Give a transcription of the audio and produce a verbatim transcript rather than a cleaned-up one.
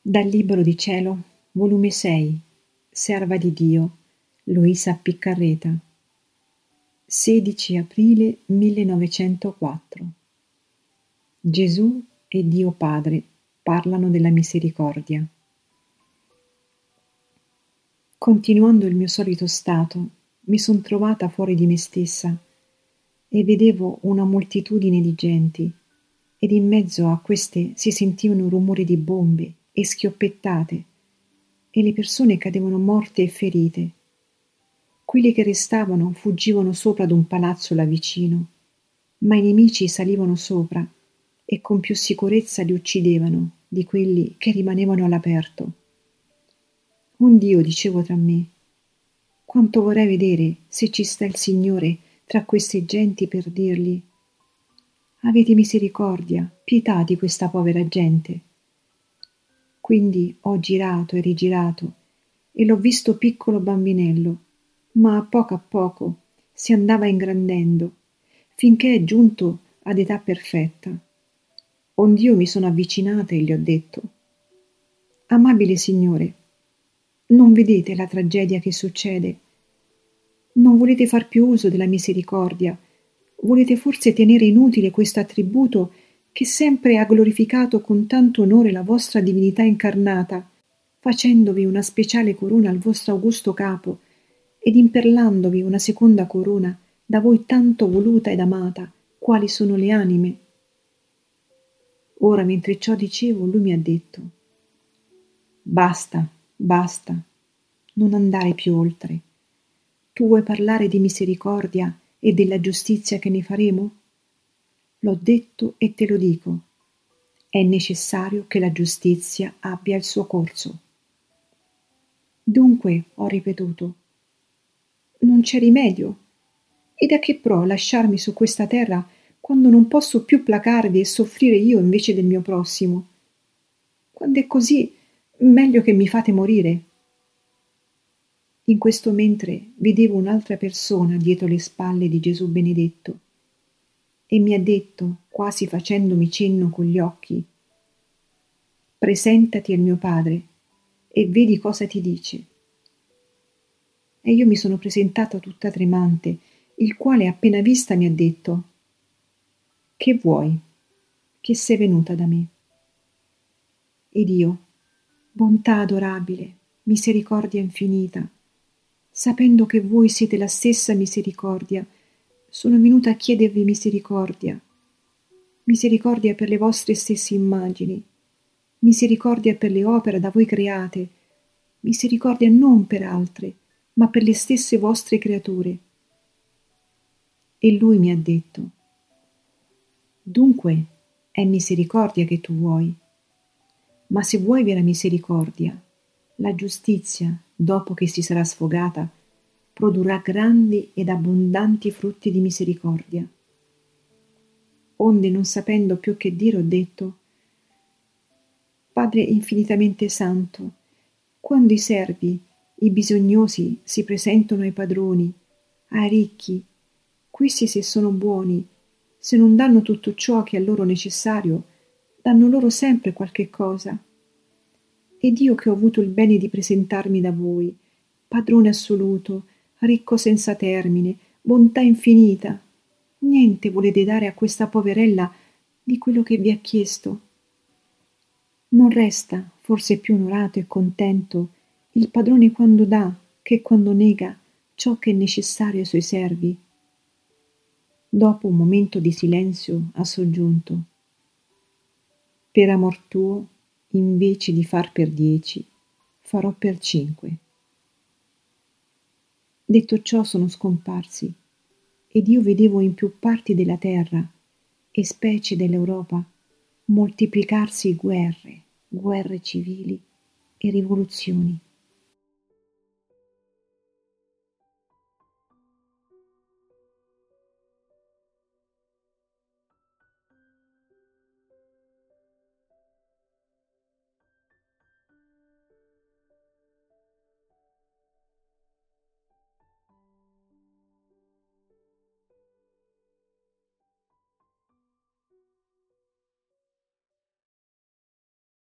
Dal Libro di Cielo, volume sei, Serva di Dio, Luisa Piccarreta, sedici aprile millenovecentoquattro. Gesù e Dio Padre parlano della misericordia. Continuando il mio solito stato, mi son trovata fuori di me stessa e vedevo una moltitudine di genti, ed in mezzo a queste si sentivano rumori di bombe e schioppettate, e le persone cadevano morte e ferite. Quelli che restavano fuggivano sopra d'un palazzo là vicino, ma i nemici salivano sopra e con più sicurezza li uccidevano di quelli che rimanevano all'aperto. Un Dio, dicevo tra me, quanto vorrei vedere se ci sta il Signore tra queste genti per dirgli: avete misericordia, pietà di questa povera gente. Quindi ho girato e rigirato e l'ho visto piccolo bambinello, ma a poco a poco si andava ingrandendo, finché è giunto ad età perfetta. Ond'io mi sono avvicinata e gli ho detto: amabile Signore, non vedete la tragedia che succede? Non volete far più uso della misericordia? Volete forse tenere inutile questo attributo che sempre ha glorificato con tanto onore la vostra divinità incarnata, facendovi una speciale corona al vostro augusto capo ed imperlandovi una seconda corona da voi tanto voluta ed amata, quali sono le anime? Ora, mentre ciò dicevo, lui mi ha detto: basta, basta, non andare più oltre. Tu vuoi parlare di misericordia e della giustizia che ne faremo? L'ho detto e te lo dico. È necessario che la giustizia abbia il suo corso. Dunque, ho ripetuto, non c'è rimedio. E da che pro lasciarmi su questa terra quando non posso più placarvi e soffrire io invece del mio prossimo? Quando è così, meglio che mi fate morire. In questo mentre vedevo un'altra persona dietro le spalle di Gesù benedetto, e mi ha detto, quasi facendomi cenno con gli occhi: presentati al mio padre e vedi cosa ti dice. E io mi sono presentata tutta tremante, il quale appena vista mi ha detto: che vuoi? Che sei venuta da me? Ed io: bontà adorabile, misericordia infinita, sapendo che voi siete la stessa misericordia, sono venuta a chiedervi misericordia, misericordia per le vostre stesse immagini, misericordia per le opere da voi create, misericordia non per altre, ma per le stesse vostre creature. E lui mi ha detto: dunque è misericordia che tu vuoi, ma se vuoi vera misericordia, la giustizia, dopo che si sarà sfogata, produrrà grandi ed abbondanti frutti di misericordia. Onde, non sapendo più che dire, ho detto: Padre infinitamente santo, quando i servi, i bisognosi si presentano ai padroni, ai ricchi, questi, se sono buoni, se non danno tutto ciò che è loro necessario, danno loro sempre qualche cosa. Ed io che ho avuto il bene di presentarmi da voi, padrone assoluto, ricco senza termine, bontà infinita, niente volete dare a questa poverella di quello che vi ha chiesto? Non resta forse più onorato e contento il padrone quando dà che quando nega ciò che è necessario ai suoi servi? Dopo un momento di silenzio ha soggiunto: per amor tuo, invece di far per dieci, farò per cinque. Detto ciò sono scomparsi, ed io vedevo in più parti della terra, e specie dell'Europa, moltiplicarsi guerre, guerre civili e rivoluzioni.